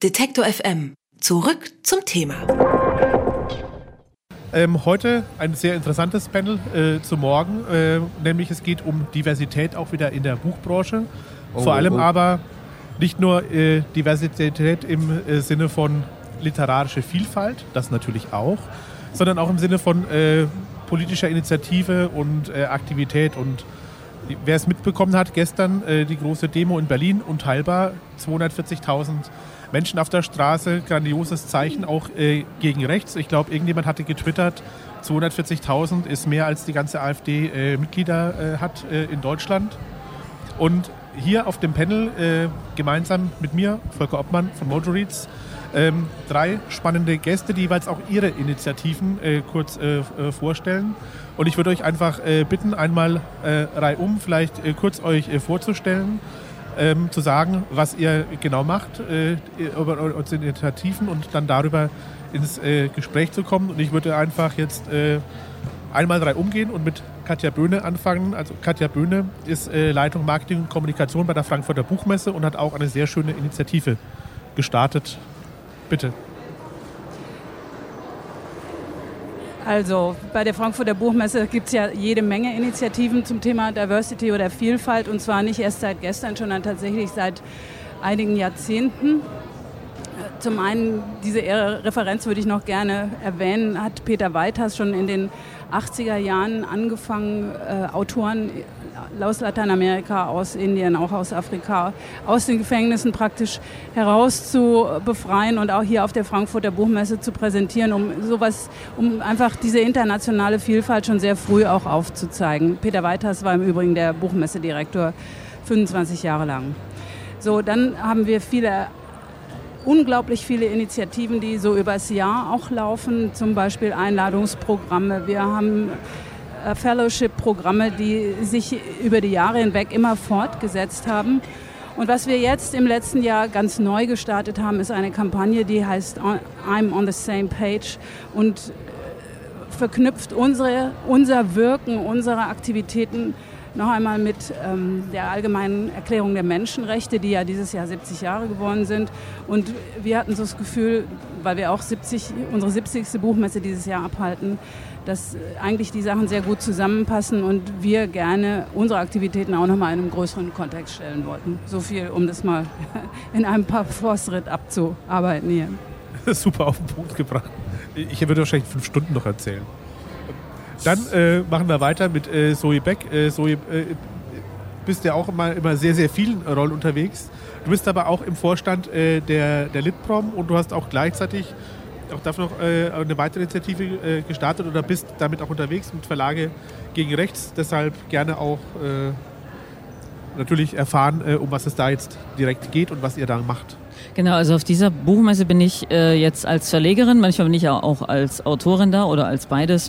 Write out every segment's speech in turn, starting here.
Detektor FM. Zurück zum Thema. Heute ein sehr interessantes Panel zu morgen, nämlich es geht um Diversität auch wieder in der Buchbranche. Vor allem aber nicht nur Diversität im Sinne von literarische Vielfalt, das natürlich auch, sondern auch im Sinne von politischer Initiative und Aktivität. Und wer es mitbekommen hat, gestern die große Demo in Berlin, unteilbar, 240.000 Menschen auf der Straße, grandioses Zeichen auch gegen rechts. Ich glaube, irgendjemand hatte getwittert, 240.000 ist mehr als die ganze AfD Mitglieder hat in Deutschland. Und hier auf dem Panel gemeinsam mit mir, Volker Oppmann von Mojo Reads, 3 spannende Gäste, die jeweils auch ihre Initiativen kurz vorstellen. Und ich würde euch einfach bitten, einmal reihum vielleicht kurz euch vorzustellen, zu sagen, was ihr genau macht über eure Initiativen und dann darüber ins Gespräch zu kommen. Und ich würde einfach jetzt einmal reihum gehen und mit Katja Böhne anfangen. Also Katja Böhne ist Leitung Marketing und Kommunikation bei der Frankfurter Buchmesse und hat auch eine sehr schöne Initiative gestartet. Bitte. Also bei der Frankfurter Buchmesse gibt es ja jede Menge Initiativen zum Thema Diversity oder Vielfalt und zwar nicht erst seit gestern, sondern tatsächlich seit einigen Jahrzehnten. Zum einen, diese Referenz würde ich noch gerne erwähnen, hat Peter Weithers schon in den 80er Jahren angefangen, Autoren aus Lateinamerika, aus Indien, auch aus Afrika, aus den Gefängnissen praktisch herauszubefreien und auch hier auf der Frankfurter Buchmesse zu präsentieren, um einfach diese internationale Vielfalt schon sehr früh auch aufzuzeigen. Peter Weithers war im Übrigen der Buchmessedirektor 25 Jahre lang. So, dann haben wir unglaublich viele Initiativen, die so übers Jahr auch laufen, zum Beispiel Einladungsprogramme. Wir haben Fellowship-Programme, die sich über die Jahre hinweg immer fortgesetzt haben. Und was wir jetzt im letzten Jahr ganz neu gestartet haben, ist eine Kampagne, die heißt I'm on the same page und verknüpft unser Wirken, unsere Aktivitäten noch einmal mit der Allgemeinen Erklärung der Menschenrechte, die ja dieses Jahr 70 Jahre geworden sind. Und wir hatten so das Gefühl, weil wir auch unsere 70. Buchmesse dieses Jahr abhalten, dass eigentlich die Sachen sehr gut zusammenpassen und wir gerne unsere Aktivitäten auch noch mal in einem größeren Kontext stellen wollten. So viel, um das mal in einem paar Forstritt abzuarbeiten hier. Super auf den Punkt gebracht. Ich würde wahrscheinlich 5 Stunden noch erzählen. Dann machen wir weiter mit Zoe Beck. Zoe, bist ja auch immer sehr, sehr vielen Rollen unterwegs. Du bist aber auch im Vorstand der Litprom und du hast auch gleichzeitig auch dafür noch eine weitere Initiative gestartet oder bist damit auch unterwegs mit Verlage gegen rechts. Deshalb gerne auch natürlich erfahren, um was es da jetzt direkt geht und was ihr da macht. Genau, also auf dieser Buchmesse bin ich jetzt als Verlegerin, manchmal bin ich auch als Autorin da oder als beides.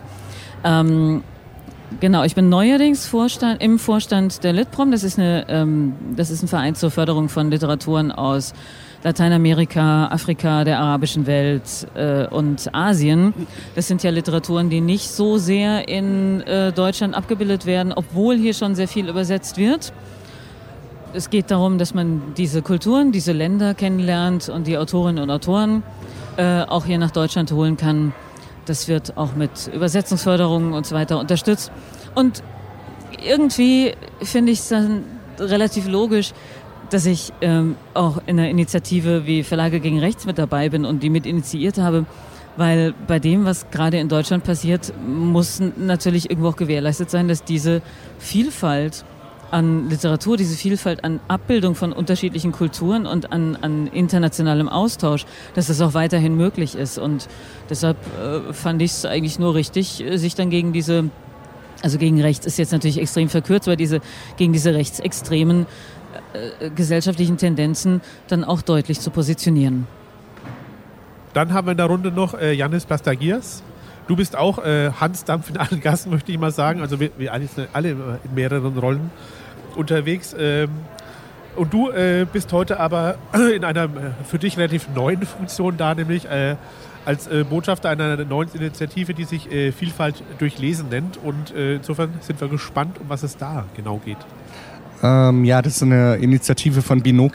Genau, ich bin neuerdings im Vorstand der Litprom. Das ist ein Verein zur Förderung von Literaturen aus Lateinamerika, Afrika, der arabischen Welt und Asien. Das sind ja Literaturen, die nicht so sehr in Deutschland abgebildet werden, obwohl hier schon sehr viel übersetzt wird. Es geht darum, dass man diese Kulturen, diese Länder kennenlernt und die Autorinnen und Autoren auch hier nach Deutschland holen kann. Das wird auch mit Übersetzungsförderungen und so weiter unterstützt. Und irgendwie finde ich es dann relativ logisch, dass ich auch in einer Initiative wie Verlage gegen Rechts mit dabei bin und die mit initiiert habe, weil bei dem, was gerade in Deutschland passiert, muss natürlich irgendwo auch gewährleistet sein, dass diese Vielfalt an Literatur, diese Vielfalt an Abbildung von unterschiedlichen Kulturen und an internationalem Austausch, dass das auch weiterhin möglich ist. Und deshalb fand ich es eigentlich nur richtig, sich dann gegen rechts ist jetzt natürlich extrem verkürzt, aber gegen diese rechtsextremen gesellschaftlichen Tendenzen dann auch deutlich zu positionieren. Dann haben wir in der Runde noch Yannis Plastagias. Du bist auch Hans Dampf in allen Gassen, möchte ich mal sagen. Also wir alle in mehreren Rollen unterwegs. Und du bist heute aber in einer für dich relativ neuen Funktion da, nämlich als Botschafter einer neuen Initiative, die sich Vielfalt durch Lesen nennt. Und insofern sind wir gespannt, um was es da genau geht. Ja, das ist eine Initiative von Binoki.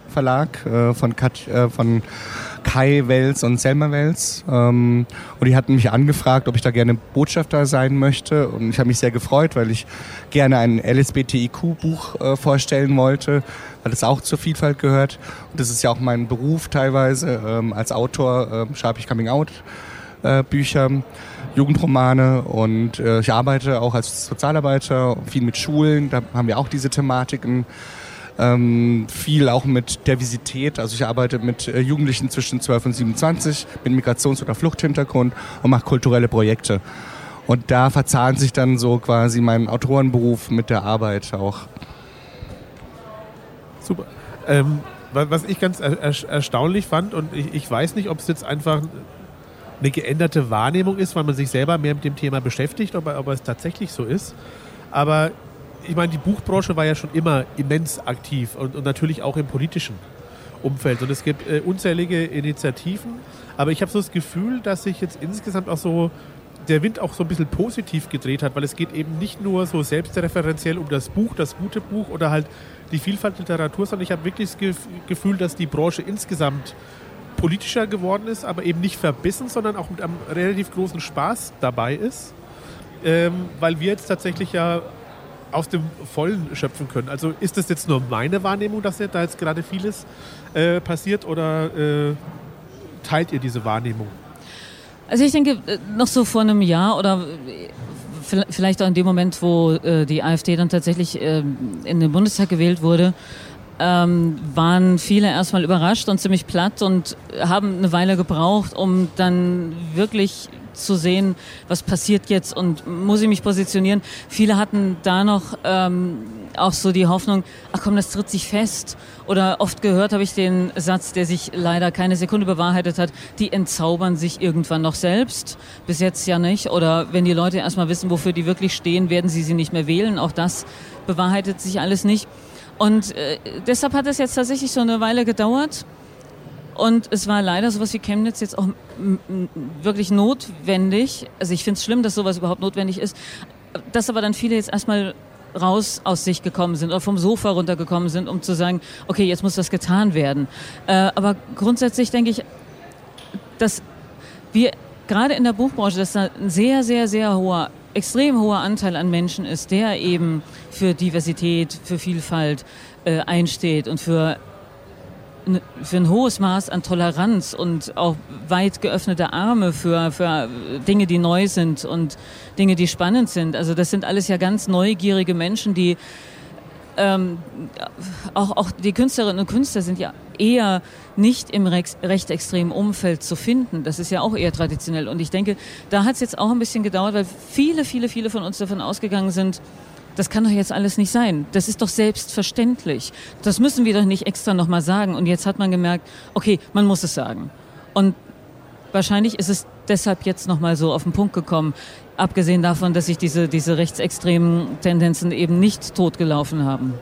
Verlag von Kai Wels und Selma Wels. Und die hatten mich angefragt, ob ich da gerne Botschafter sein möchte. Und ich habe mich sehr gefreut, weil ich gerne ein LSBTIQ-Buch vorstellen wollte, weil das auch zur Vielfalt gehört. Und das ist ja auch mein Beruf teilweise. Als Autor schreibe ich Coming-out-Bücher, Jugendromane, und ich arbeite auch als Sozialarbeiter, viel mit Schulen, da haben wir auch diese Thematiken. Viel auch mit Diversität, also ich arbeite mit Jugendlichen zwischen 12 und 27 mit Migrations- oder Fluchthintergrund und mache kulturelle Projekte. Und da verzahnt sich dann so quasi mein Autorenberuf mit der Arbeit auch. Super. Was ich ganz erstaunlich fand, und ich weiß nicht, ob es jetzt einfach eine geänderte Wahrnehmung ist, weil man sich selber mehr mit dem Thema beschäftigt, ob es tatsächlich so ist. Aber ich meine, die Buchbranche war ja schon immer immens aktiv und natürlich auch im politischen Umfeld. Und es gibt unzählige Initiativen. Aber ich habe so das Gefühl, dass sich jetzt insgesamt auch so der Wind auch so ein bisschen positiv gedreht hat, weil es geht eben nicht nur so selbstreferenziell um das Buch, das gute Buch oder halt die Vielfalt Literatur, sondern ich habe wirklich das Gefühl, dass die Branche insgesamt politischer geworden ist, aber eben nicht verbissen, sondern auch mit einem relativ großen Spaß dabei ist, weil wir jetzt tatsächlich ja aus dem Vollen schöpfen können. Also ist das jetzt nur meine Wahrnehmung, dass da jetzt gerade vieles passiert, oder teilt ihr diese Wahrnehmung? Also ich denke, noch so vor einem Jahr oder vielleicht auch in dem Moment, wo die AfD dann tatsächlich in den Bundestag gewählt wurde, waren viele erstmal überrascht und ziemlich platt und haben eine Weile gebraucht, um dann wirklich zu sehen, was passiert jetzt und muss ich mich positionieren. Viele hatten da noch auch so die Hoffnung, ach komm, das tritt sich fest. Oder oft gehört habe ich den Satz, der sich leider keine Sekunde bewahrheitet hat, die entzaubern sich irgendwann noch selbst. Bis jetzt ja nicht. Oder wenn die Leute erstmal wissen, wofür die wirklich stehen, werden sie nicht mehr wählen. Auch das bewahrheitet sich alles nicht. Und deshalb hat es jetzt tatsächlich so eine Weile gedauert. Und es war leider sowas wie Chemnitz jetzt auch wirklich notwendig. Also ich finde es schlimm, dass sowas überhaupt notwendig ist. Dass aber dann viele jetzt erstmal raus aus sich gekommen sind oder vom Sofa runtergekommen sind, um zu sagen, okay, jetzt muss das getan werden. Aber grundsätzlich denke ich, dass wir gerade in der Buchbranche, dass da ein sehr, sehr, sehr hoher, extrem hoher Anteil an Menschen ist, der eben für Diversität, für Vielfalt einsteht und für ein hohes Maß an Toleranz und auch weit geöffnete Arme für Dinge, die neu sind und Dinge, die spannend sind. Also das sind alles ja ganz neugierige Menschen, die auch die Künstlerinnen und Künstler sind ja eher nicht im rechtsextremen Umfeld zu finden. Das ist ja auch eher traditionell. Und ich denke, da hat es jetzt auch ein bisschen gedauert, weil viele von uns davon ausgegangen sind, das kann doch jetzt alles nicht sein. Das ist doch selbstverständlich. Das müssen wir doch nicht extra nochmal sagen. Und jetzt hat man gemerkt, okay, man muss es sagen. Und wahrscheinlich ist es deshalb jetzt nochmal so auf den Punkt gekommen, abgesehen davon, dass sich diese rechtsextremen Tendenzen eben nicht totgelaufen haben.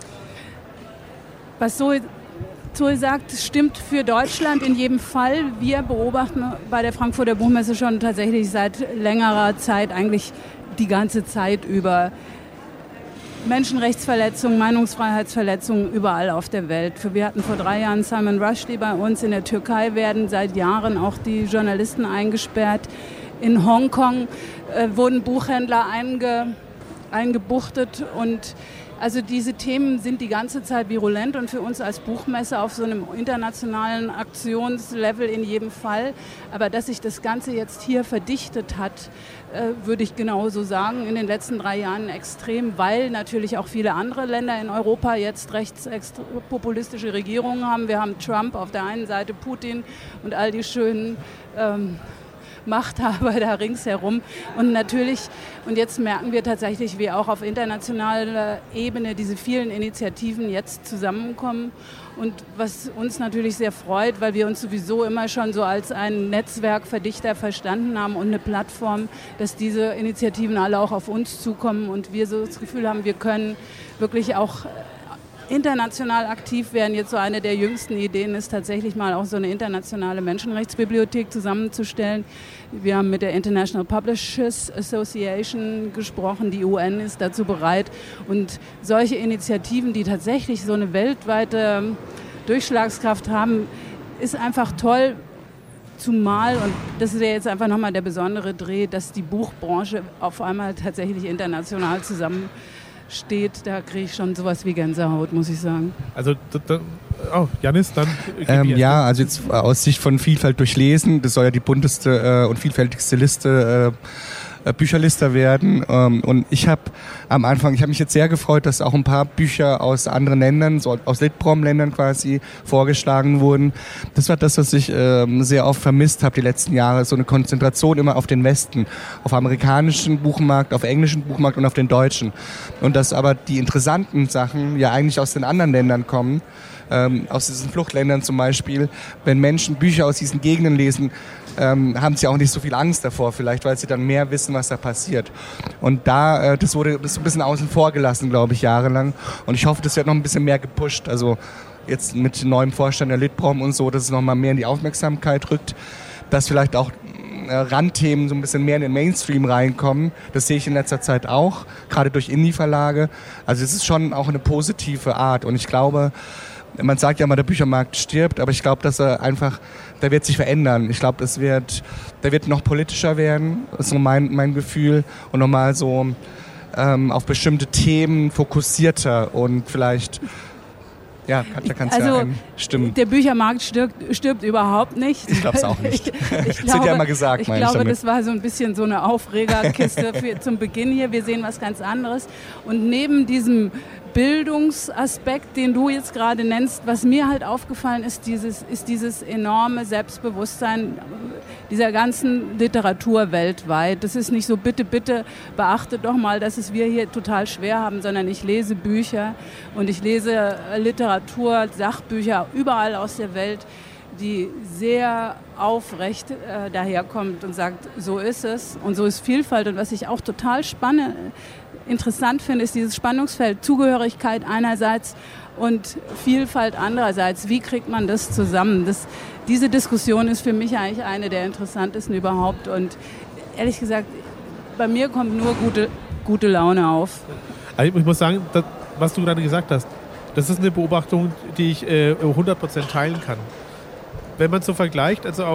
Was Zoe sagt, stimmt für Deutschland in jedem Fall. Wir beobachten bei der Frankfurter Buchmesse schon tatsächlich seit längerer Zeit, eigentlich die ganze Zeit über, Menschenrechtsverletzungen, Meinungsfreiheitsverletzungen überall auf der Welt. Wir hatten vor 3 Jahren Salman Rushdie bei uns. In der Türkei werden seit Jahren auch die Journalisten eingesperrt. In Hongkong wurden Buchhändler eingebuchtet. Und also diese Themen sind die ganze Zeit virulent und für uns als Buchmesse auf so einem internationalen Aktionslevel in jedem Fall. Aber dass sich das Ganze jetzt hier verdichtet hat, würde ich genauso sagen, in den letzten 3 Jahren extrem, weil natürlich auch viele andere Länder in Europa jetzt rechtspopulistische Regierungen haben. Wir haben Trump auf der einen Seite, Putin und all die schönen Machthaber da ringsherum. Und natürlich, und jetzt merken wir tatsächlich, wie auch auf internationaler Ebene diese vielen Initiativen jetzt zusammenkommen. Und was uns natürlich sehr freut, weil wir uns sowieso immer schon so als ein Netzwerkverdichter verstanden haben und eine Plattform, dass diese Initiativen alle auch auf uns zukommen und wir so das Gefühl haben, wir können wirklich auch international aktiv werden. Jetzt so eine der jüngsten Ideen ist tatsächlich mal auch so eine internationale Menschenrechtsbibliothek zusammenzustellen. Wir haben mit der International Publishers Association gesprochen. Die UN ist dazu bereit. Und solche Initiativen, die tatsächlich so eine weltweite Durchschlagskraft haben, ist einfach toll. Zumal, und das ist ja jetzt einfach nochmal der besondere Dreh, dass die Buchbranche auf einmal tatsächlich international zusammensteht. Da kriege ich schon sowas wie Gänsehaut, muss ich sagen. Also, Jannis, dann... ja, also jetzt aus Sicht von Vielfalt durchlesen, das soll ja die bunteste und vielfältigste Liste Bücherliste werden. Und ich habe mich jetzt sehr gefreut, dass auch ein paar Bücher aus anderen Ländern, so aus Litprom-Ländern quasi, vorgeschlagen wurden. Das war das, was ich sehr oft vermisst habe die letzten Jahre. So eine Konzentration immer auf den Westen, auf amerikanischen Buchmarkt, auf englischen Buchmarkt und auf den deutschen. Und dass aber die interessanten Sachen ja eigentlich aus den anderen Ländern kommen. Aus diesen Fluchtländern zum Beispiel, wenn Menschen Bücher aus diesen Gegenden lesen, haben sie auch nicht so viel Angst davor, vielleicht, weil sie dann mehr wissen, was da passiert. Und das wurde so ein bisschen außen vor gelassen, glaube ich, jahrelang. Und ich hoffe, das wird noch ein bisschen mehr gepusht. Also jetzt mit neuem Vorstand der Litprom und so, dass es noch mal mehr in die Aufmerksamkeit rückt, dass vielleicht auch Randthemen so ein bisschen mehr in den Mainstream reinkommen. Das sehe ich in letzter Zeit auch, gerade durch Indie-Verlage. Also es ist schon auch eine positive Art. Und ich glaube, man sagt ja mal, der Büchermarkt stirbt, aber ich glaube, dass der wird sich verändern. Ich glaube, der wird noch politischer werden, das ist so mein Gefühl, und nochmal so auf bestimmte Themen fokussierter und vielleicht, ja, Katja, kannst ja einstimmen. Der Büchermarkt stirbt überhaupt nicht. Ich glaube es auch nicht. Das wird ja immer gesagt, ich glaube, das war so ein bisschen so eine Aufregerkiste zum Beginn hier. Wir sehen was ganz anderes. Und neben diesem Bildungsaspekt, den du jetzt gerade nennst, was mir halt aufgefallen ist, dieses enorme Selbstbewusstsein dieser ganzen Literatur weltweit. Das ist nicht so, bitte beachtet doch mal, dass es wir hier total schwer haben, sondern ich lese Bücher und ich lese Literatur, Sachbücher überall aus der Welt, die sehr aufrecht daherkommt und sagt, so ist es und so ist Vielfalt. Und was ich auch total interessant finde, ist dieses Spannungsfeld Zugehörigkeit einerseits und Vielfalt andererseits. Wie kriegt man das zusammen? Diese Diskussion ist für mich eigentlich eine der interessantesten überhaupt. Und ehrlich gesagt, bei mir kommt nur gute Laune auf. Also ich muss sagen, was du gerade gesagt hast, das ist eine Beobachtung, die ich 100% teilen kann. Wenn man so vergleicht, also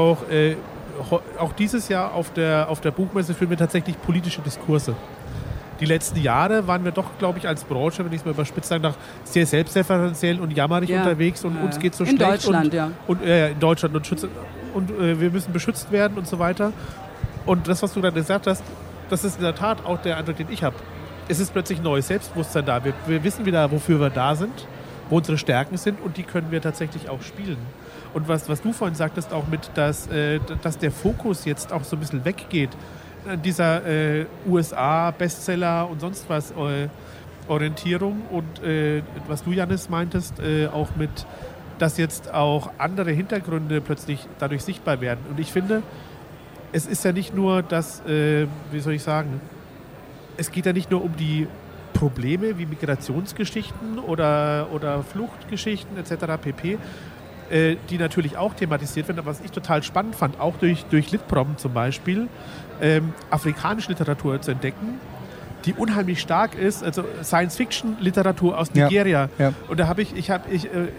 auch dieses Jahr auf der Buchmesse führen wir tatsächlich politische Diskurse. Die letzten Jahre waren wir doch, glaube ich, als Branche, wenn ich es mal überspitzt sage, sehr selbstreferenziell und jammerig unterwegs und uns geht so schlecht. In Deutschland, in Deutschland und wir müssen beschützt werden und so weiter. Und das, was du gerade gesagt hast, das ist in der Tat auch der Eindruck, den ich habe. Es ist plötzlich neues Selbstbewusstsein da. Wir wissen wieder, wofür wir da sind, wo unsere Stärken sind und die können wir tatsächlich auch spielen. Und was du vorhin sagtest auch mit, dass der Fokus jetzt auch so ein bisschen weggeht, dieser USA-Bestseller und sonst was Orientierung und was du, Jannis, meintest, auch mit, dass jetzt auch andere Hintergründe plötzlich dadurch sichtbar werden. Und ich finde, es ist ja nicht nur das, wie soll ich sagen, es geht ja nicht nur um die Probleme wie Migrationsgeschichten oder Fluchtgeschichten etc. pp., die natürlich auch thematisiert werden, aber was ich total spannend fand, auch durch Litprom zum Beispiel, afrikanische Literatur zu entdecken, die unheimlich stark ist, also Science-Fiction-Literatur aus Nigeria. Ja. Und da habe ich habe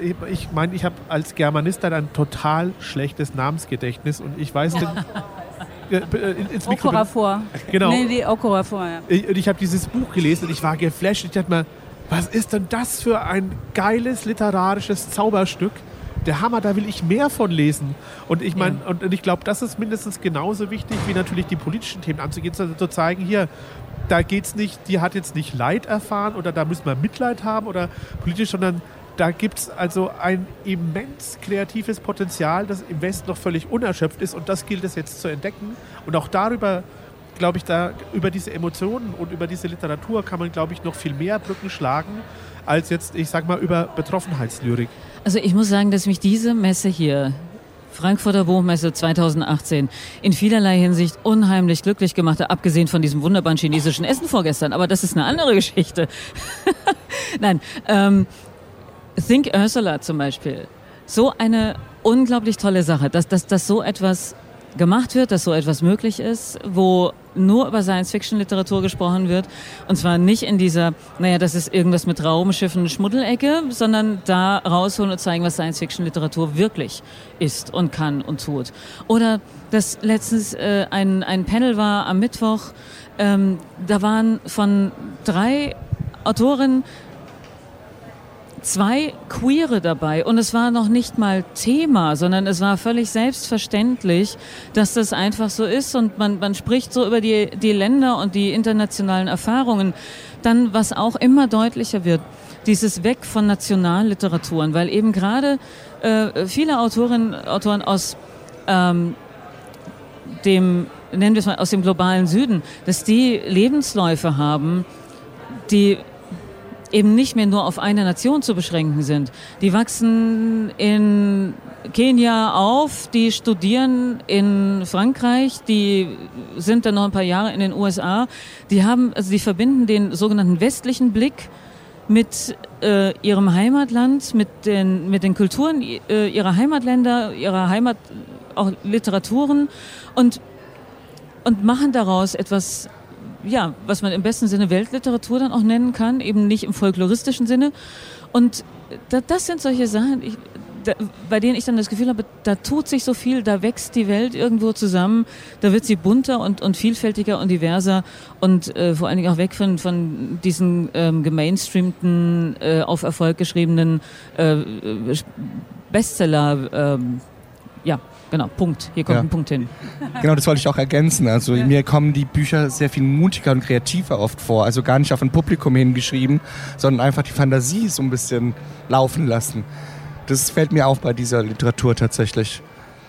als Germanist dann ein total schlechtes Namensgedächtnis und ich weiß ins Mikro. Okorafor. Genau. Nee, die Okorafor, ja. Und ich habe dieses Buch gelesen und ich war geflasht. Ich dachte mir, was ist denn das für ein geiles literarisches Zauberstück? Der Hammer, da will ich mehr von lesen. Und ich meine, und ich glaube, das ist mindestens genauso wichtig, wie natürlich die politischen Themen anzugehen, zu zeigen, hier, da geht's nicht, die hat jetzt nicht Leid erfahren oder da müssen wir Mitleid haben oder politisch, sondern da gibt es also ein immens kreatives Potenzial, das im Westen noch völlig unerschöpft ist und das gilt es jetzt zu entdecken. Und auch darüber, glaube ich, über diese Emotionen und über diese Literatur kann man, glaube ich, noch viel mehr Brücken schlagen, als jetzt, ich sag mal, über Betroffenheitslyrik. Also ich muss sagen, dass mich diese Messe hier, Frankfurter Buchmesse 2018, in vielerlei Hinsicht unheimlich glücklich gemacht hat, abgesehen von diesem wunderbaren chinesischen Essen vorgestern. Aber das ist eine andere Geschichte. Nein, Think Ursula zum Beispiel. So eine unglaublich tolle Sache, dass so etwas gemacht wird, dass so etwas möglich ist, wo nur über Science-Fiction-Literatur gesprochen wird. Und zwar nicht in dieser, das ist irgendwas mit Raumschiffen, Schmuddelecke, sondern da rausholen und zeigen, was Science-Fiction-Literatur wirklich ist und kann und tut. Oder dass letztens ein Panel war am Mittwoch, da waren von 3 Autorinnen 2 Queere dabei und es war noch nicht mal Thema, sondern es war völlig selbstverständlich, dass das einfach so ist und man spricht so über die Länder und die internationalen Erfahrungen. Dann, was auch immer deutlicher wird, dieses Weg von Nationalliteraturen, weil eben gerade viele Autorinnen, Autoren aus nennen wir es mal, aus dem globalen Süden, dass die Lebensläufe haben, die eben nicht mehr nur auf eine Nation zu beschränken sind. Die wachsen in Kenia auf, die studieren in Frankreich, die sind dann noch ein paar Jahre in den USA. Die verbinden den sogenannten westlichen Blick mit ihrem Heimatland, mit den Kulturen ihrer Heimatländer, ihrer Heimat, auch Literaturen und machen daraus etwas, was man im besten Sinne Weltliteratur dann auch nennen kann, eben nicht im folkloristischen Sinne. Und das sind solche Sachen, bei denen ich dann das Gefühl habe, da tut sich so viel, da wächst die Welt irgendwo zusammen, da wird sie bunter und vielfältiger und diverser und vor allen Dingen auch weg von diesen gemainstreamten, auf Erfolg geschriebenen Bestseller, genau, Punkt. Hier kommt ein Punkt hin. Genau, das wollte ich auch ergänzen. Also mir kommen die Bücher sehr viel mutiger und kreativer oft vor. Also gar nicht auf ein Publikum hingeschrieben, sondern einfach die Fantasie so ein bisschen laufen lassen. Das fällt mir auf bei dieser Literatur tatsächlich.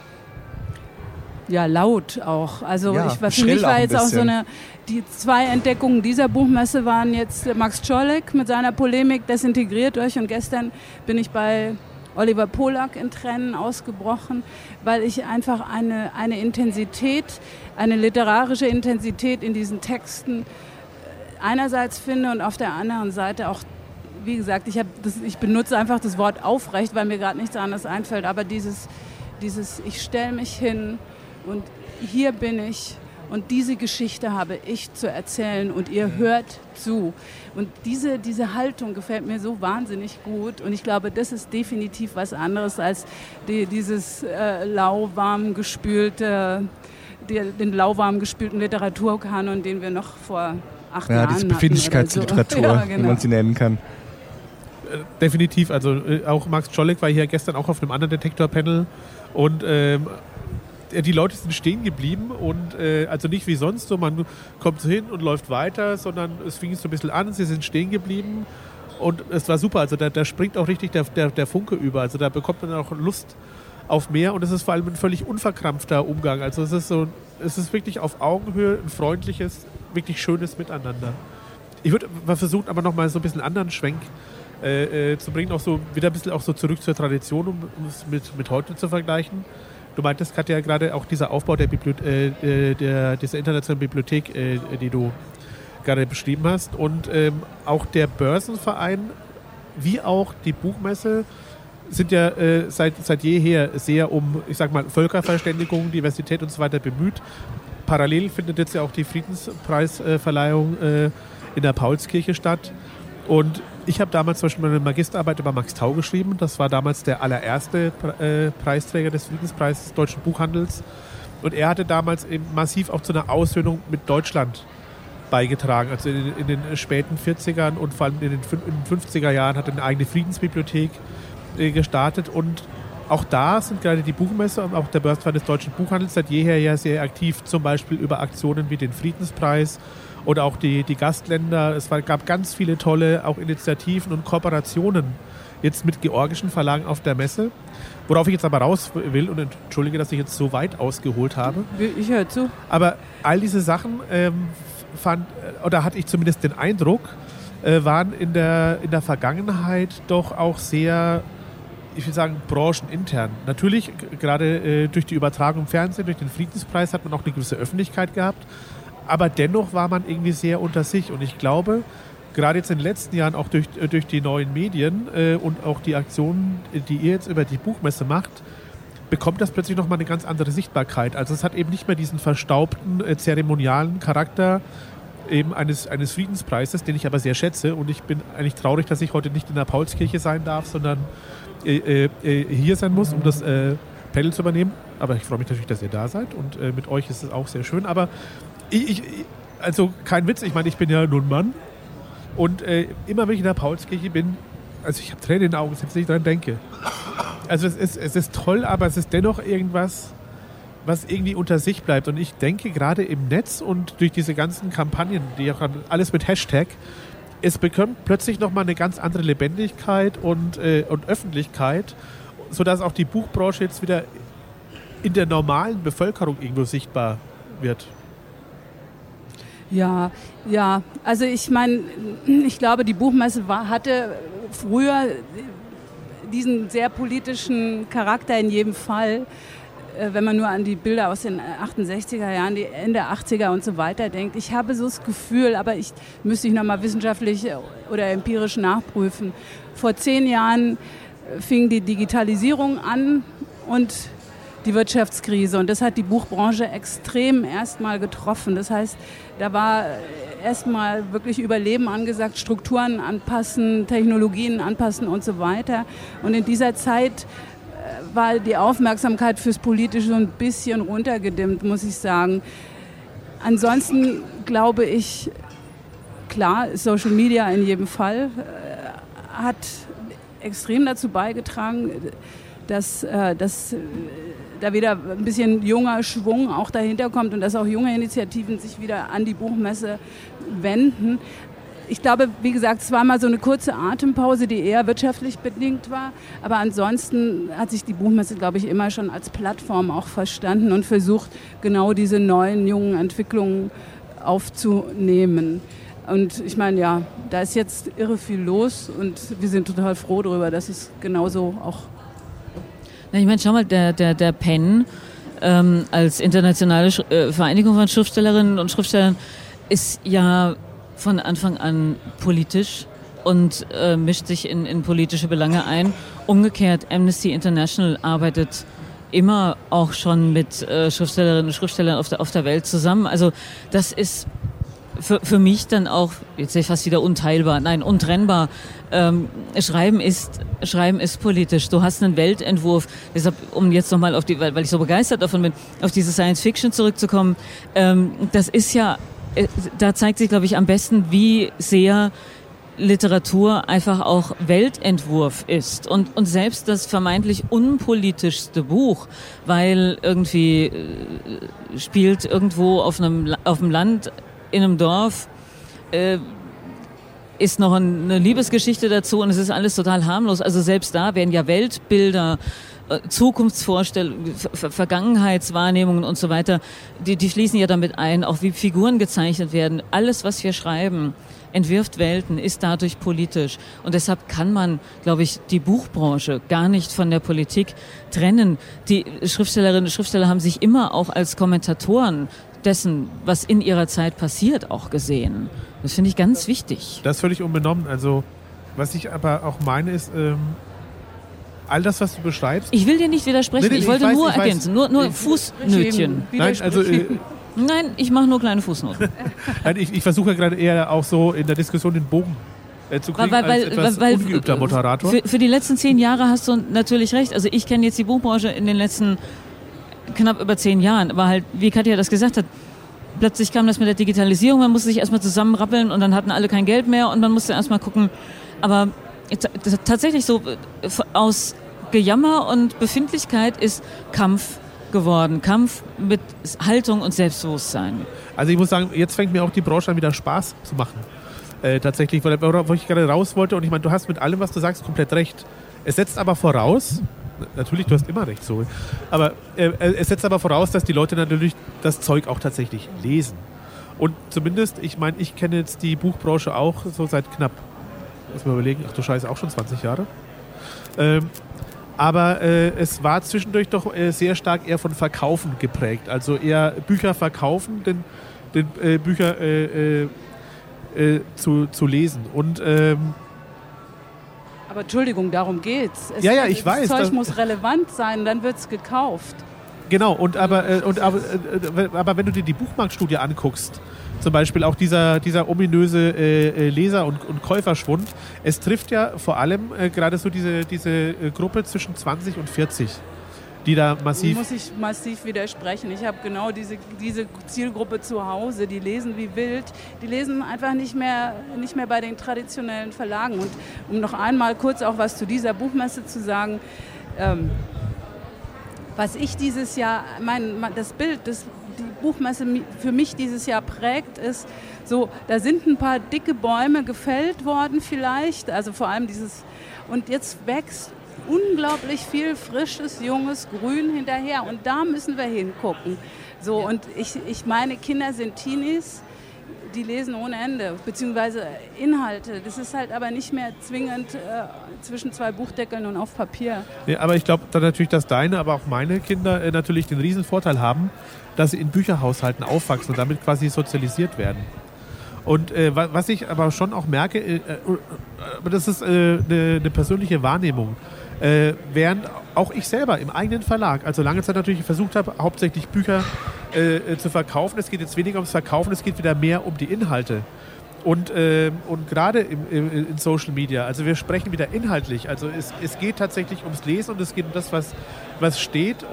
Ja, laut auch. Also für mich war jetzt auch so die 2 Entdeckungen dieser Buchmesse waren jetzt Max Czolek mit seiner Polemik Desintegriert euch und gestern bin ich bei Oliver Polak in Tränen ausgebrochen, weil ich einfach eine Intensität, eine literarische Intensität in diesen Texten einerseits finde und auf der anderen Seite auch, wie gesagt, ich benutze einfach das Wort aufrecht, weil mir gerade nichts anderes einfällt, aber dieses ich stelle mich hin und hier bin ich und diese Geschichte habe ich zu erzählen und ihr hört zu. Und diese Haltung gefällt mir so wahnsinnig gut und ich glaube, das ist definitiv was anderes als dieses lauwarm gespülten Literaturkanon, den wir noch vor 8 Jahren hatten. Diese Befindlichkeitsliteratur, wie man sie nennen kann. Definitiv, also auch Max Czolek war hier gestern auch auf einem anderen Detektor-Panel und die Leute sind stehen geblieben und also nicht wie sonst so, man kommt so hin und läuft weiter, sondern es fing so ein bisschen an, sie sind stehen geblieben und es war super, also da springt auch richtig der Funke über, also da bekommt man auch Lust auf mehr und es ist vor allem ein völlig unverkrampfter Umgang, also es ist wirklich auf Augenhöhe ein freundliches, wirklich schönes Miteinander. Ich würde versuchen, aber noch mal so ein bisschen anderen Schwenk zu bringen, auch so wieder ein bisschen auch so zurück zur Tradition, um es mit heute zu vergleichen. Du meintest, Katja, gerade auch dieser Aufbau dieser internationalen Bibliothek, die du gerade beschrieben hast. Und auch der Börsenverein wie auch die Buchmesse sind ja seit jeher sehr um, ich sag mal, Völkerverständigung, Diversität und so weiter bemüht. Parallel findet jetzt ja auch die Friedenspreisverleihung in der Paulskirche statt. Und ich habe damals zum Beispiel meine Magisterarbeit über Max Thau geschrieben. Das war damals der allererste Preisträger des Friedenspreises des deutschen Buchhandels. Und er hatte damals eben massiv auch zu einer Aussöhnung mit Deutschland beigetragen. Also in den späten 40ern und vor allem in den 50er Jahren hat er eine eigene Friedensbibliothek gestartet. Und auch da sind gerade die Buchmesse und auch der Börsenverein des deutschen Buchhandels seit jeher ja sehr aktiv, zum Beispiel über Aktionen wie den Friedenspreis oder auch die Gastländer. Gab ganz viele tolle auch Initiativen und Kooperationen jetzt mit georgischen Verlagen auf der Messe. Worauf ich jetzt aber raus will, und entschuldige, dass ich jetzt so weit ausgeholt habe. Ich höre zu. Aber all diese Sachen hatte ich zumindest den Eindruck, waren in der Vergangenheit doch auch sehr, ich will sagen, branchenintern. Natürlich, gerade durch die Übertragung im Fernsehen, durch den Friedenspreis hat man auch eine gewisse Öffentlichkeit gehabt. Aber dennoch war man irgendwie sehr unter sich. Und ich glaube, gerade jetzt in den letzten Jahren auch durch die neuen Medien und auch die Aktionen, die ihr jetzt über die Buchmesse macht, bekommt das plötzlich nochmal eine ganz andere Sichtbarkeit. Also es hat eben nicht mehr diesen verstaubten, zeremonialen Charakter eben eines Friedenspreises, den ich aber sehr schätze. Und ich bin eigentlich traurig, dass ich heute nicht in der Paulskirche sein darf, sondern hier sein muss, um das Panel zu übernehmen. Aber ich freue mich natürlich, dass ihr da seid und mit euch ist es auch sehr schön. Aber also kein Witz, ich meine, ich bin ja nur ein Mann und immer wenn ich in der Paulskirche bin, also ich habe Tränen in den Augen, wenn ich dran denke. Also es ist toll, aber es ist dennoch irgendwas, was irgendwie unter sich bleibt. Und ich denke, gerade im Netz und durch diese ganzen Kampagnen, die auch alles mit Hashtag, es bekommt plötzlich nochmal eine ganz andere Lebendigkeit und Öffentlichkeit, sodass auch die Buchbranche jetzt wieder in der normalen Bevölkerung irgendwo sichtbar wird. Ja, also ich meine, ich glaube, die Buchmesse hatte früher diesen sehr politischen Charakter in jedem Fall. Wenn man nur an die Bilder aus den 68er Jahren, die Ende 80er und so weiter denkt. Ich habe so das Gefühl, aber ich müsste ich nochmal wissenschaftlich oder empirisch nachprüfen. Vor 10 Jahren fing die Digitalisierung an und die Wirtschaftskrise. Und das hat die Buchbranche extrem erstmal getroffen. Das heißt, da war erstmal wirklich Überleben angesagt, Strukturen anpassen, Technologien anpassen und so weiter. Und in dieser Zeit war die Aufmerksamkeit fürs Politische so ein bisschen runtergedimmt, muss ich sagen. Ansonsten glaube ich, klar, Social Media in jedem Fall hat extrem dazu beigetragen, dass da wieder ein bisschen junger Schwung auch dahinter kommt und dass auch junge Initiativen sich wieder an die Buchmesse wenden. Ich glaube, wie gesagt, es war mal so eine kurze Atempause, die eher wirtschaftlich bedingt war. Aber ansonsten hat sich die Buchmesse, glaube ich, immer schon als Plattform auch verstanden und versucht, genau diese neuen, jungen Entwicklungen aufzunehmen. Und ich meine, ja, da ist jetzt irre viel los und wir sind total froh darüber, dass es genauso auch... Na, ich meine, schau mal, der PEN als internationale Vereinigung von Schriftstellerinnen und Schriftstellern ist ja von Anfang an politisch und mischt sich in politische Belange ein. Umgekehrt, Amnesty International arbeitet immer auch schon mit Schriftstellerinnen und Schriftstellern auf der Welt zusammen. Also das ist für mich dann auch, jetzt sehe ich fast wieder untrennbar. Schreiben ist politisch. Du hast einen Weltentwurf. Deshalb, um jetzt nochmal weil ich so begeistert davon bin, auf diese Science Fiction zurückzukommen, das ist ja, da zeigt sich, glaube ich, am besten, wie sehr Literatur einfach auch Weltentwurf ist. Und selbst das vermeintlich unpolitischste Buch, weil irgendwie spielt irgendwo auf dem Land, in einem Dorf, ist noch eine Liebesgeschichte dazu und es ist alles total harmlos. Also selbst da werden ja Weltbilder, Zukunftsvorstellungen, Vergangenheitswahrnehmungen und so weiter, die fließen ja damit ein, auch wie Figuren gezeichnet werden. Alles, was wir schreiben, entwirft Welten, ist dadurch politisch. Und deshalb kann man, glaube ich, die Buchbranche gar nicht von der Politik trennen. Die Schriftstellerinnen und Schriftsteller haben sich immer auch als Kommentatoren dessen, was in ihrer Zeit passiert, auch gesehen. Das finde ich ganz wichtig. Das ist völlig unbenommen. Also, was ich aber auch meine, ist, all das, was du beschreibst... Ich will dir nicht widersprechen, ich wollte nur ergänzen, nur Fußnötchen. Nein, also... Nein, ich mache nur kleine Fußnoten. Nein, ich versuche ja gerade eher auch so in der Diskussion den Bogen zu kriegen, als etwas ungeübter Moderator. Für die letzten 10 Jahre hast du natürlich recht. Also ich kenne jetzt die Buchbranche in den letzten knapp über 10 Jahren. Aber halt, wie Katja das gesagt hat, plötzlich kam das mit der Digitalisierung, man musste sich erstmal zusammenrappeln und dann hatten alle kein Geld mehr und man musste erstmal gucken. Aber tatsächlich so aus Gejammer und Befindlichkeit ist Kampf geworden. Kampf mit Haltung und Selbstbewusstsein. Also ich muss sagen, jetzt fängt mir auch die Branche an, wieder Spaß zu machen. Tatsächlich, wo ich gerade raus wollte. Und ich meine, du hast mit allem, was du sagst, komplett recht. Es setzt aber voraus, natürlich, du hast immer recht, so, aber es setzt aber voraus, dass die Leute natürlich das Zeug auch tatsächlich lesen. Und zumindest, ich meine, ich kenne jetzt die Buchbranche auch so seit knapp, muss man überlegen, ach du Scheiße, auch schon 20 Jahre. Aber es war zwischendurch doch sehr stark eher von Verkaufen geprägt. Also eher Bücher verkaufen, denn Bücher zu lesen. Und Aber Entschuldigung, darum geht's. Ich weiß. Das Zeug muss relevant sein, dann wird es gekauft. Genau, aber wenn du dir die Buchmarktstudie anguckst, zum Beispiel auch dieser ominöse Leser- und Käuferschwund, es trifft ja vor allem gerade so diese Gruppe zwischen 20 und 40, die da massiv... Muss ich massiv widersprechen. Ich habe genau diese Zielgruppe zu Hause, die lesen wie wild, die lesen einfach nicht mehr bei den traditionellen Verlagen. Und um noch einmal kurz auch was zu dieser Buchmesse zu sagen, was ich dieses Jahr, das Bild, die Buchmesse für mich dieses Jahr prägt, ist so, da sind ein paar dicke Bäume gefällt worden vielleicht, also vor allem und jetzt wächst unglaublich viel frisches, junges Grün hinterher und da müssen wir hingucken. So, ja. Und meine Kinder sind Teenies, die lesen ohne Ende, beziehungsweise Inhalte. Das ist halt aber nicht mehr zwingend zwischen zwei Buchdeckeln und auf Papier. Ja, aber ich glaube dann natürlich, dass deine, aber auch meine Kinder natürlich den riesen Vorteil haben, dass sie in Bücherhaushalten aufwachsen und damit quasi sozialisiert werden. Und was ich aber schon auch merke, aber das ist eine persönliche Wahrnehmung, während auch ich selber im eigenen Verlag, also lange Zeit natürlich versucht habe, hauptsächlich Bücher zu verkaufen. Es geht jetzt weniger ums Verkaufen, es geht wieder mehr um die Inhalte. Und gerade in Social Media, also wir sprechen wieder inhaltlich, also es geht tatsächlich ums Lesen und es geht um das, was steht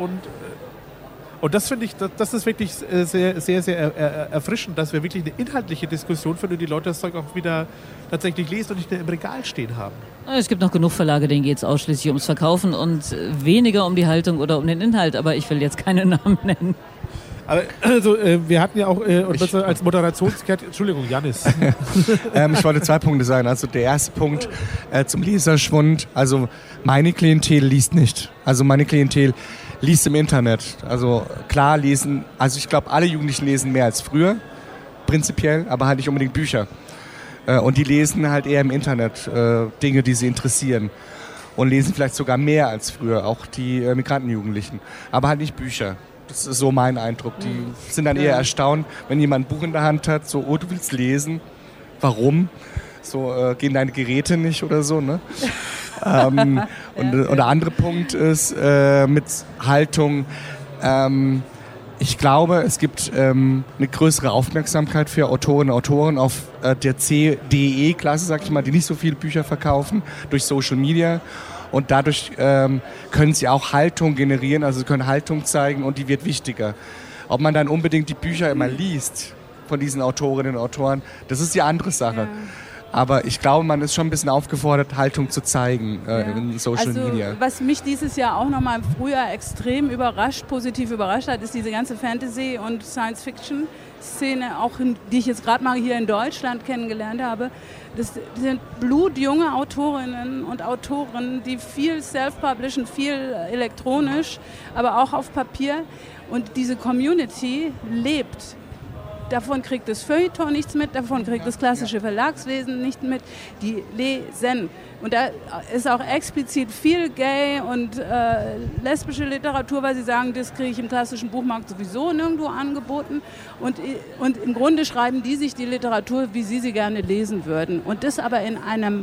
und das finde ich, das ist wirklich sehr, sehr, sehr erfrischend, dass wir wirklich eine inhaltliche Diskussion führen und die Leute das Zeug auch wieder tatsächlich lesen und nicht mehr im Regal stehen haben. Es gibt noch genug Verlage, denen geht es ausschließlich ums Verkaufen und weniger um die Haltung oder um den Inhalt, aber ich will jetzt keine Namen nennen. Aber also, wir hatten ja auch als Moderationskette, Entschuldigung, Jannis. Ich wollte 2 Punkte sagen. Also der erste Punkt zum Leserschwund. Also meine Klientel liest nicht. Also meine Klientel liest im Internet. Also klar lesen, also ich glaube alle Jugendlichen lesen mehr als früher, prinzipiell, aber halt nicht unbedingt Bücher. Und die lesen halt eher im Internet Dinge, die sie interessieren. Und lesen vielleicht sogar mehr als früher, auch die Migrantenjugendlichen. Aber halt nicht Bücher. Das ist so mein Eindruck. Die sind dann eher erstaunt, wenn jemand ein Buch in der Hand hat, so, oh, du willst lesen, warum? So, gehen deine Geräte nicht oder so, ne? Und der andere Punkt ist mit Haltung, ich glaube, es gibt eine größere Aufmerksamkeit für Autorinnen und Autoren auf der C-DE-Klasse, sag ich mal, die nicht so viele Bücher verkaufen, durch Social Media. Und dadurch können sie auch Haltung generieren, also sie können Haltung zeigen und die wird wichtiger. Ob man dann unbedingt die Bücher immer liest von diesen Autorinnen und Autoren, das ist die andere Sache. Ja. Aber ich glaube, man ist schon ein bisschen aufgefordert, Haltung zu zeigen in Social Media. Was mich dieses Jahr auch nochmal im Frühjahr extrem positiv überrascht hat, ist diese ganze Fantasy- und Science-Fiction-Szene, auch die ich jetzt gerade mal hier in Deutschland kennengelernt habe. Das sind blutjunge Autorinnen und Autoren, die viel self-publishen, viel elektronisch, aber auch auf Papier. Und diese Community lebt. Davon kriegt das Feuilleton nichts mit, davon kriegt das klassische Verlagswesen nicht mit. Die lesen. Und da ist auch explizit viel Gay und lesbische Literatur, weil sie sagen, das kriege ich im klassischen Buchmarkt sowieso nirgendwo angeboten. Und im Grunde schreiben die sich die Literatur, wie sie gerne lesen würden. Und das aber in einem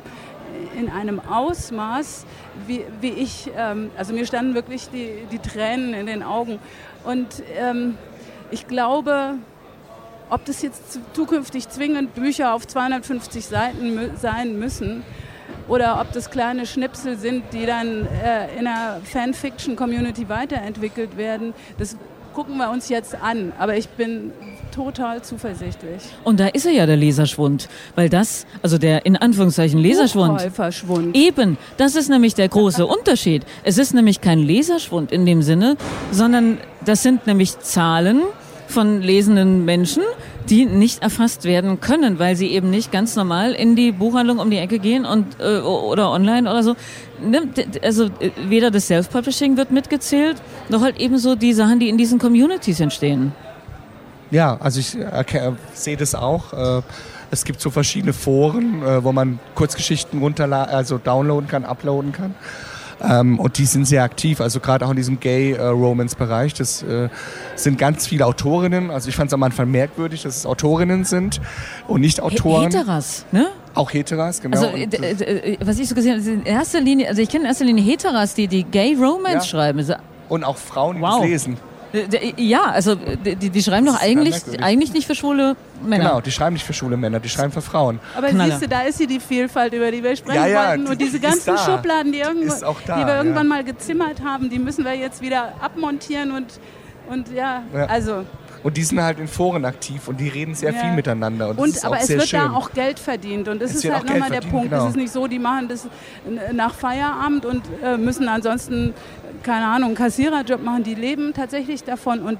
Ausmaß, wie ich, also mir standen wirklich die Tränen in den Augen. Und ich glaube, ob das jetzt zukünftig zwingend Bücher auf 250 Seiten sein müssen oder ob das kleine Schnipsel sind, die dann in einer Fanfiction-Community weiterentwickelt werden, das gucken wir uns jetzt an. Aber ich bin total zuversichtlich. Und da ist ja der Leserschwund, weil also der in Anführungszeichen Leserschwund. Buchkäuferschwund. Eben, das ist nämlich der große Unterschied. Es ist nämlich kein Leserschwund in dem Sinne, sondern das sind nämlich Zahlen von lesenden Menschen, die nicht erfasst werden können, weil sie eben nicht ganz normal in die Buchhandlung um die Ecke gehen und oder online oder so. Also weder das Self-Publishing wird mitgezählt, noch halt ebenso die Sachen, die in diesen Communities entstehen. Ja, also ich sehe das auch. Es gibt so verschiedene Foren, wo man Kurzgeschichten downloaden kann, uploaden kann. Und die sind sehr aktiv, also gerade auch in diesem Gay-Romance-Bereich. Das sind ganz viele Autorinnen. Also ich fand es am Anfang merkwürdig, dass es Autorinnen sind und nicht Autoren. Heteras, ne? Auch Heteras, genau. Also, was ich so gesehen habe, in erster Linie, also ich kenne in erster Linie Heteras, die Gay-Romance schreiben. Also, und auch Frauen, die es lesen. Ja, also die schreiben doch eigentlich nicht für schwule Männer. Genau, die schreiben nicht für schwule Männer, die schreiben für Frauen. Aber siehst du, da ist hier die Vielfalt, über die wir sprechen wollten. Und diese ganzen Schubladen, die wir irgendwann mal gezimmert haben, die müssen wir jetzt wieder abmontieren und also... Und die sind halt in Foren aktiv und die reden sehr viel miteinander. Und das ist aber auch es sehr wird schön. Da auch Geld verdient. Und das ist halt nochmal der Punkt. Genau. Es ist nicht so, die machen das nach Feierabend und müssen ansonsten, keine Ahnung, einen Kassiererjob machen. Die leben tatsächlich davon. Und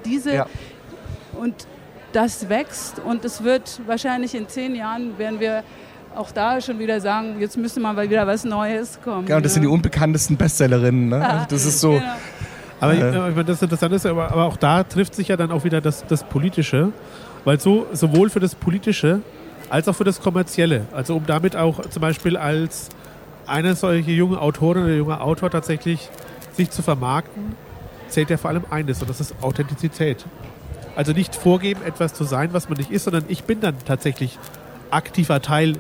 und das wächst. Und es wird wahrscheinlich in 10 Jahren, werden wir auch da schon wieder sagen, jetzt müsste mal wieder was Neues kommen. Ja, und das sind die unbekanntesten Bestsellerinnen. Ne? Das ist so... Genau. Aber ich meine, das Interessante ist, aber auch da trifft sich ja dann auch wieder das Politische, weil sowohl für das Politische als auch für das Kommerzielle, also um damit auch zum Beispiel als eine solche junge Autorin oder junger Autor tatsächlich sich zu vermarkten, zählt ja vor allem eines, und das ist Authentizität. Also nicht vorgeben, etwas zu sein, was man nicht ist, sondern ich bin dann tatsächlich aktiver Teil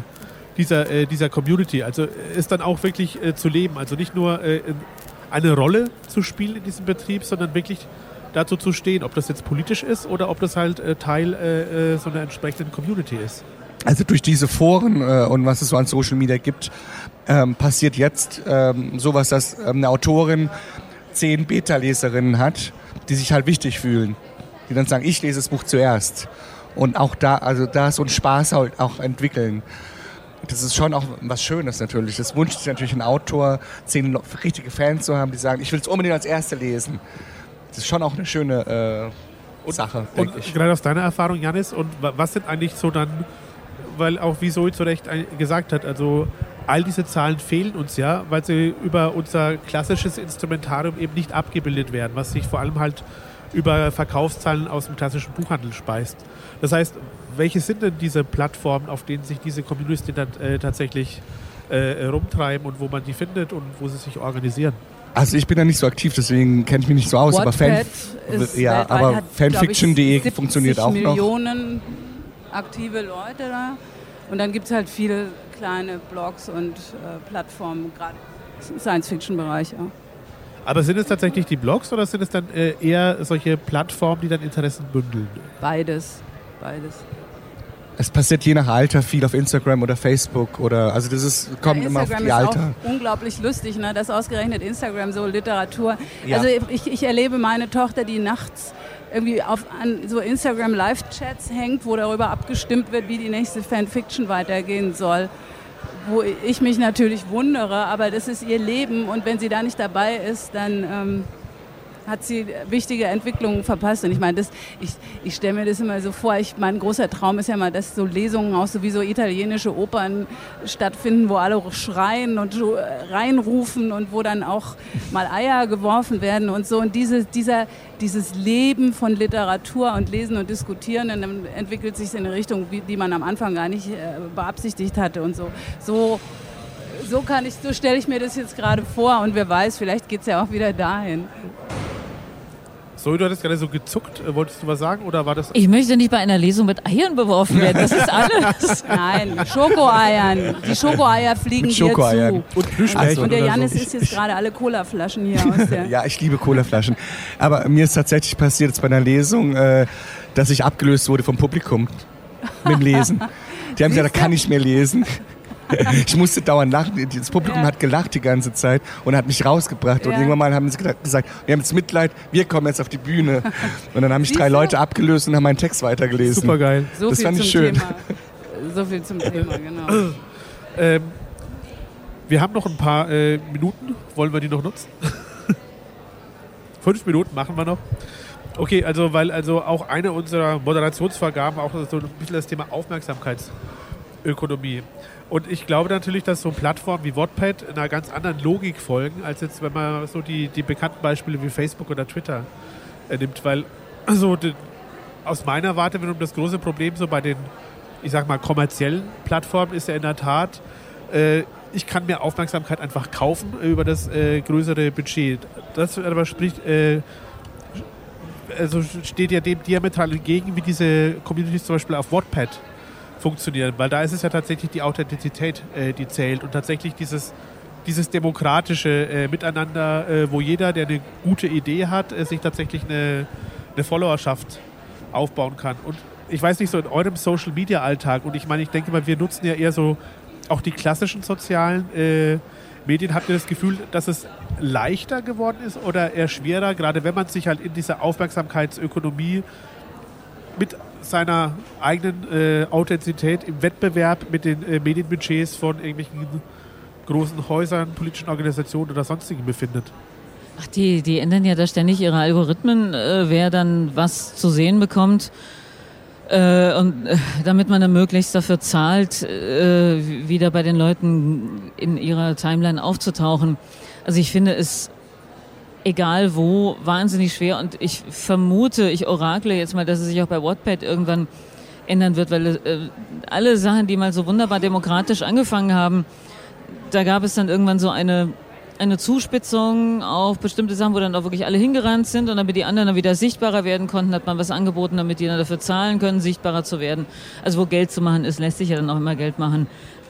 dieser Community. Also ist dann auch wirklich zu leben, also nicht nur eine Rolle zu spielen in diesem Betrieb, sondern wirklich dazu zu stehen, ob das jetzt politisch ist oder ob das halt Teil so einer entsprechenden Community ist. Also durch diese Foren und was es so an Social Media gibt, passiert jetzt sowas, dass eine Autorin 10 Beta-Leserinnen hat, die sich halt wichtig fühlen, die dann sagen, ich lese das Buch zuerst. Und auch da so einen Spaß halt auch entwickeln. Das ist schon auch was Schönes natürlich. Das wünscht sich natürlich ein Autor, 10 richtige Fans zu haben, die sagen, ich will es unbedingt als Erste lesen. Das ist schon auch eine schöne Sache, denke ich. Gerade aus deiner Erfahrung, Jannis, und was sind eigentlich so dann, weil auch wie Zoe zu Recht gesagt hat, also all diese Zahlen fehlen uns ja, weil sie über unser klassisches Instrumentarium eben nicht abgebildet werden, was sich vor allem halt über Verkaufszahlen aus dem klassischen Buchhandel speist. Das heißt, welche sind denn diese Plattformen, auf denen sich diese Communities dann tatsächlich rumtreiben und wo man die findet und wo sie sich organisieren? Also ich bin da nicht so aktiv, deswegen kenne ich mich nicht so aus. Aber Fanfiction.de funktioniert auch noch. Millionen aktive Leute da. Und dann gibt es halt viele kleine Blogs und Plattformen, gerade im Science-Fiction-Bereich auch. Aber sind es tatsächlich die Blogs oder sind es dann eher solche Plattformen, die dann Interessen bündeln? Beides. Es passiert je nach Alter viel auf Instagram oder Facebook also kommt immer auf die Alter. Instagram ist auch unglaublich lustig, ne? Dass ausgerechnet Instagram so Literatur. Ja. Also ich erlebe meine Tochter, die nachts irgendwie an so Instagram Live-Chats hängt, wo darüber abgestimmt wird, wie die nächste Fanfiction weitergehen soll. Wo ich mich natürlich wundere, aber das ist ihr Leben und wenn sie da nicht dabei ist, dann hat sie wichtige Entwicklungen verpasst. Und ich meine, ich stelle mir das immer so vor, mein großer Traum ist ja mal, dass so Lesungen auch so wie so italienische Opern stattfinden, wo alle schreien und reinrufen und wo dann auch mal Eier geworfen werden und so. Und dieses Leben von Literatur und Lesen und Diskutieren, dann entwickelt sich in eine Richtung, die man am Anfang gar nicht beabsichtigt hatte und so. So stelle ich mir das jetzt gerade vor und wer weiß, vielleicht geht es ja auch wieder dahin. So, du hattest gerade so gezuckt. Wolltest du was sagen oder war das... Ich möchte nicht bei einer Lesung mit Eiern beworfen werden. Das ist alles. Nein, Schokoeiern. Die Schokoeier fliegen dir zu. Und Plüschbärchen. Und der Jannis isst jetzt gerade alle Colaflaschen hier aus der... Ja, ich liebe Colaflaschen. Aber mir ist tatsächlich passiert jetzt bei einer Lesung, dass ich abgelöst wurde vom Publikum mit dem Lesen. Die haben gesagt, da kann ich mehr lesen. Ich musste dauernd lachen. Das Publikum hat gelacht die ganze Zeit und hat mich rausgebracht. Und irgendwann mal haben sie gesagt, wir haben jetzt Mitleid, wir kommen jetzt auf die Bühne. Und dann haben mich 3 Leute abgelöst und haben meinen Text weitergelesen. Super geil. Das fand ich schön. So viel zum Thema, genau. Wir haben noch ein paar Minuten. Wollen wir die noch nutzen? 5 Minuten machen wir noch. Okay, weil auch eine unserer Moderationsvorgaben auch so ein bisschen das Thema Aufmerksamkeitsökonomie. Und ich glaube natürlich, dass so Plattformen wie Wattpad einer ganz anderen Logik folgen, als jetzt, wenn man so die bekannten Beispiele wie Facebook oder Twitter nimmt. Weil aus meiner Warte wiederum das große Problem so bei den, ich sag mal, kommerziellen Plattformen ist ja in der Tat, ich kann mir Aufmerksamkeit einfach kaufen über das größere Budget. Das aber spricht, also steht ja dem diametral entgegen, wie diese Communities zum Beispiel auf Wattpad funktionieren, weil da ist es ja tatsächlich die Authentizität, die zählt und tatsächlich dieses demokratische Miteinander, wo jeder, der eine gute Idee hat, sich tatsächlich eine Followerschaft aufbauen kann. Und ich weiß nicht, so in eurem Social-Media-Alltag, und ich meine, ich denke mal, wir nutzen ja eher so auch die klassischen sozialen Medien. Habt ihr das Gefühl, dass es leichter geworden ist oder eher schwerer, gerade wenn man sich halt in dieser Aufmerksamkeitsökonomie mit seiner eigenen Authentizität im Wettbewerb mit den Medienbudgets von irgendwelchen großen Häusern, politischen Organisationen oder sonstigen befindet? Ach, die ändern ja da ständig ihre Algorithmen, wer dann was zu sehen bekommt. Und damit man dann möglichst dafür zahlt, wieder bei den Leuten in ihrer Timeline aufzutauchen. Also ich finde es, egal wo, wahnsinnig schwer. Und ich vermute, ich orakle jetzt mal, dass es sich auch bei Wattpad irgendwann ändern wird, weil alle Sachen, die mal so wunderbar demokratisch angefangen haben, da gab es dann irgendwann so eine Zuspitzung auf bestimmte Sachen, wo dann auch wirklich alle hingerannt sind und damit die anderen dann wieder sichtbarer werden konnten, hat man was angeboten, damit die dann dafür zahlen können, sichtbarer zu werden. Also wo Geld zu machen ist, lässt sich ja dann auch immer Geld machen.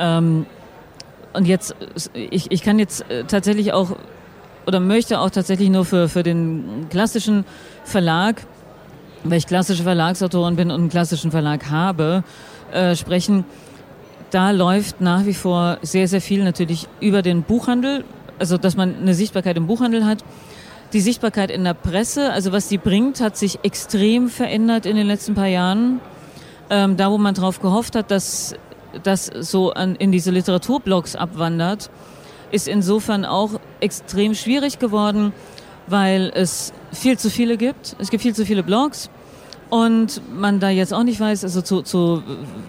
Und jetzt, ich kann jetzt tatsächlich auch oder möchte auch tatsächlich nur für den klassischen Verlag, weil ich klassische Verlagsautorin bin und einen klassischen Verlag habe, sprechen. Da läuft nach wie vor sehr, sehr viel natürlich über den Buchhandel, also dass man eine Sichtbarkeit im Buchhandel hat. Die Sichtbarkeit in der Presse, also was die bringt, hat sich extrem verändert in den letzten paar Jahren. Da, wo man drauf gehofft hat, dass das so in diese Literaturblogs abwandert, ist insofern auch extrem schwierig geworden, weil es viel zu viele gibt. Es gibt viel zu viele Blogs und man da jetzt auch nicht weiß, also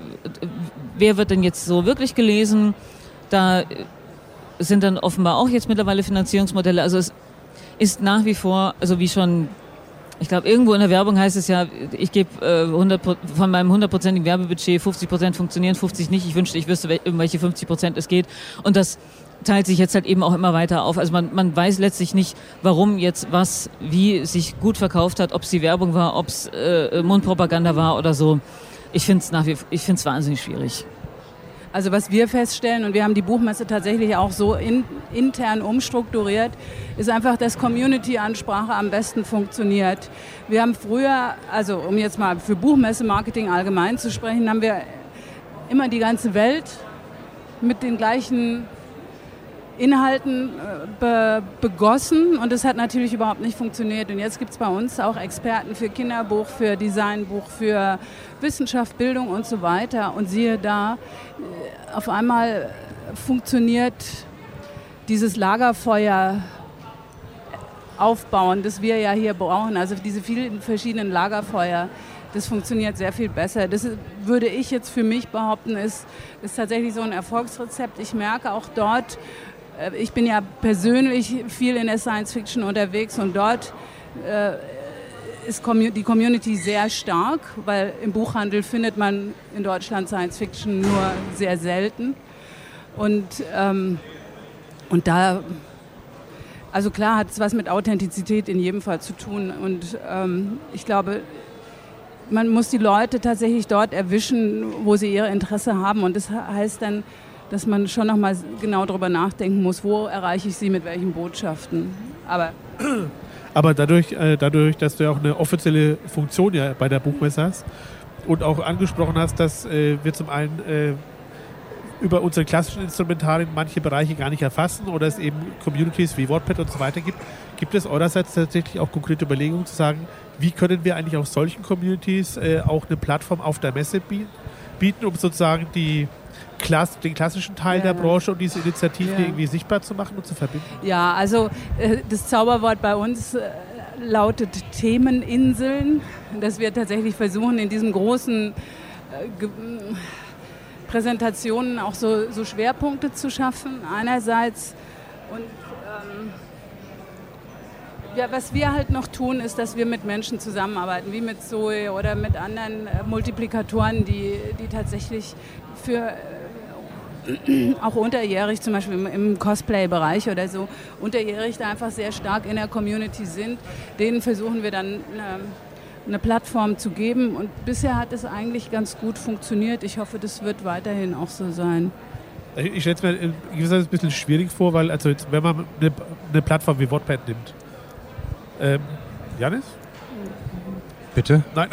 wer wird denn jetzt so wirklich gelesen? Da sind dann offenbar auch jetzt mittlerweile Finanzierungsmodelle. Also es ist nach wie vor, also wie schon, ich glaube, irgendwo in der Werbung heißt es ja, ich gebe von meinem 100%igen Werbebudget 50% funktionieren, 50 nicht. Ich wünschte, ich wüsste, um welche 50% es geht. Und das teilt sich jetzt halt eben auch immer weiter auf. Also man weiß letztlich nicht, warum jetzt was, wie sich gut verkauft hat, ob es die Werbung war, ob es Mundpropaganda war oder so. Ich finde es wahnsinnig schwierig. Also was wir feststellen, und wir haben die Buchmesse tatsächlich auch so intern umstrukturiert, ist einfach, dass Community-Ansprache am besten funktioniert. Wir haben früher, also um jetzt mal für Buchmesse-Marketing allgemein zu sprechen, haben wir immer die ganze Welt mit den gleichen Inhalten begossen und das hat natürlich überhaupt nicht funktioniert. Und jetzt gibt es bei uns auch Experten für Kinderbuch, für Designbuch, für Wissenschaft, Bildung und so weiter. Und siehe da, auf einmal funktioniert dieses Lagerfeuer aufbauen, das wir ja hier brauchen. Also diese vielen verschiedenen Lagerfeuer, das funktioniert sehr viel besser. Das würde ich jetzt für mich behaupten, ist tatsächlich so ein Erfolgsrezept. Ich merke auch dort, ich bin ja persönlich viel in der Science Fiction unterwegs und dort ist die Community sehr stark, weil im Buchhandel findet man in Deutschland Science Fiction nur sehr selten. Und da, also klar hat es was mit Authentizität in jedem Fall zu tun. Und ich glaube, man muss die Leute tatsächlich dort erwischen, wo sie ihr Interesse haben. Und das heißt dann, dass man schon noch mal genau darüber nachdenken muss, wo erreiche ich sie mit welchen Botschaften. Aber dadurch, dass du ja auch eine offizielle Funktion ja bei der Buchmesse hast und auch angesprochen hast, dass wir zum einen über unsere klassischen Instrumentarien manche Bereiche gar nicht erfassen oder es eben Communities wie Wattpad und so weiter gibt es eurerseits tatsächlich auch konkrete Überlegungen zu sagen, wie können wir eigentlich auf solchen Communities auch eine Plattform auf der Messe bieten, um sozusagen den klassischen Teil der Branche und diese Initiativen irgendwie sichtbar zu machen und zu verbinden? Ja, also das Zauberwort bei uns lautet Themeninseln, dass wir tatsächlich versuchen, in diesen großen Präsentationen auch so Schwerpunkte zu schaffen, einerseits. Und was wir halt noch tun, ist, dass wir mit Menschen zusammenarbeiten, wie mit Zoe oder mit anderen Multiplikatoren, die tatsächlich für auch unterjährig, zum Beispiel im Cosplay-Bereich oder so, unterjährig da einfach sehr stark in der Community sind. Denen versuchen wir dann eine Plattform zu geben und bisher hat es eigentlich ganz gut funktioniert. Ich hoffe, das wird weiterhin auch so sein. Ich stelle es mir in gewisser Weise ein bisschen schwierig vor, weil also jetzt, wenn man eine Plattform wie Wattpad nimmt. Janis? Bitte? Nein.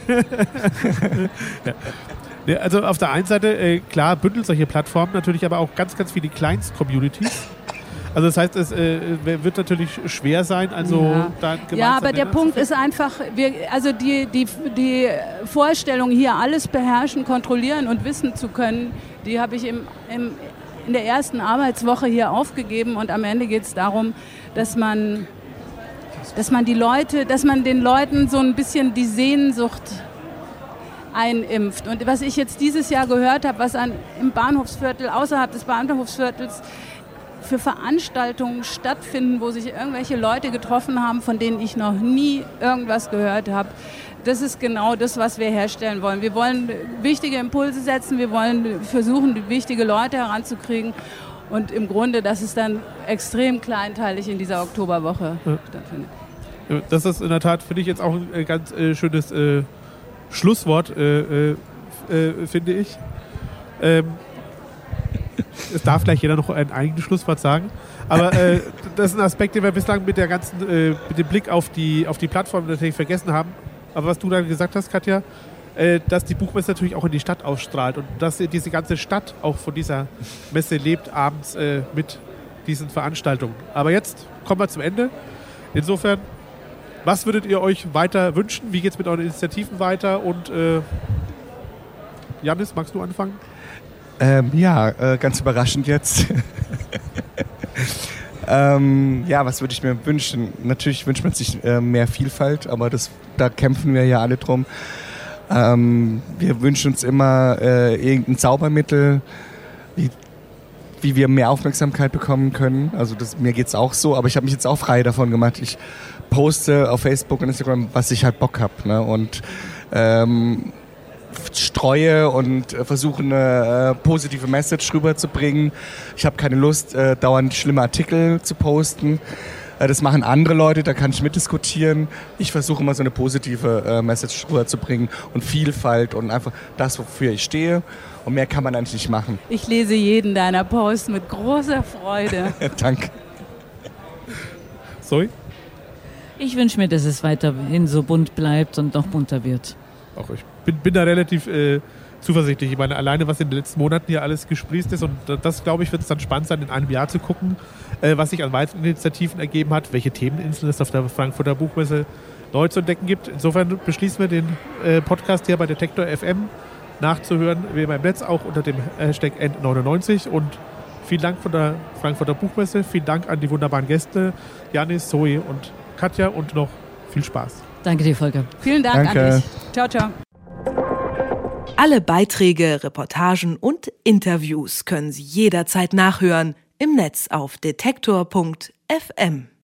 Ja, also auf der einen Seite, klar, bündelt solche Plattformen natürlich aber auch ganz, ganz viele Kleinst-Communities. Also das heißt, es wird natürlich schwer sein, also da gemeinsam. Ja, aber der Punkt ist einfach, die Vorstellung, hier alles beherrschen, kontrollieren und wissen zu können, die habe ich in der ersten Arbeitswoche hier aufgegeben und am Ende geht es darum, dass man den Leuten so ein bisschen die Sehnsucht einimpft. Und was ich jetzt dieses Jahr gehört habe, was im Bahnhofsviertel, außerhalb des Bahnhofsviertels für Veranstaltungen stattfinden, wo sich irgendwelche Leute getroffen haben, von denen ich noch nie irgendwas gehört habe. Das ist genau das, was wir herstellen wollen. Wir wollen wichtige Impulse setzen, wir wollen versuchen, wichtige Leute heranzukriegen. Und im Grunde, dass es dann extrem kleinteilig in dieser Oktoberwoche stattfindet. Das ist in der Tat, finde ich, jetzt auch ein ganz schönes Schlusswort, finde ich. Es darf gleich jeder noch ein eigenes Schlusswort sagen. Aber das ist ein Aspekt, den wir bislang mit dem Blick auf die Plattform natürlich vergessen haben. Aber was du dann gesagt hast, Katja, dass die Buchmesse natürlich auch in die Stadt ausstrahlt und dass diese ganze Stadt auch von dieser Messe lebt abends mit diesen Veranstaltungen. Aber jetzt kommen wir zum Ende. Insofern, was würdet ihr euch weiter wünschen? Wie geht es mit euren Initiativen weiter? Und Janis, magst du anfangen? Ganz überraschend jetzt. Was würde ich mir wünschen? Natürlich wünscht man sich mehr Vielfalt, aber da kämpfen wir ja alle drum. Wir wünschen uns immer irgendein Zaubermittel, wie wir mehr Aufmerksamkeit bekommen können. Also mir geht es auch so, aber ich habe mich jetzt auch frei davon gemacht. Ich poste auf Facebook und Instagram, was ich halt Bock habe. Ne? Und streue und versuche eine positive Message rüberzubringen. Ich habe keine Lust, dauernd schlimme Artikel zu posten. Das machen andere Leute, da kann ich mitdiskutieren. Ich versuche immer so eine positive Message rüberzubringen und Vielfalt und einfach das, wofür ich stehe. Und mehr kann man eigentlich nicht machen. Ich lese jeden deiner Posts mit großer Freude. Danke. Zoe? Ich wünsche mir, dass es weiterhin so bunt bleibt und noch bunter wird. Auch ich bin da relativ zuversichtlich. Ich meine, alleine was in den letzten Monaten hier alles gesprießt ist und das, glaube ich, wird es dann spannend sein, in einem Jahr zu gucken, was sich an weiteren Initiativen ergeben hat, welche Themeninseln es auf der Frankfurter Buchmesse neu zu entdecken gibt. Insofern beschließen wir den Podcast hier bei Detektor FM nachzuhören, wie immer im Netz, auch unter dem Hashtag N99 und vielen Dank von der Frankfurter Buchmesse, vielen Dank an die wunderbaren Gäste, Janis, Zoe und Katja und noch viel Spaß. Danke dir, Volker. Vielen Dank an dich. Ciao, ciao. Alle Beiträge, Reportagen und Interviews können Sie jederzeit nachhören im Netz auf detektor.fm.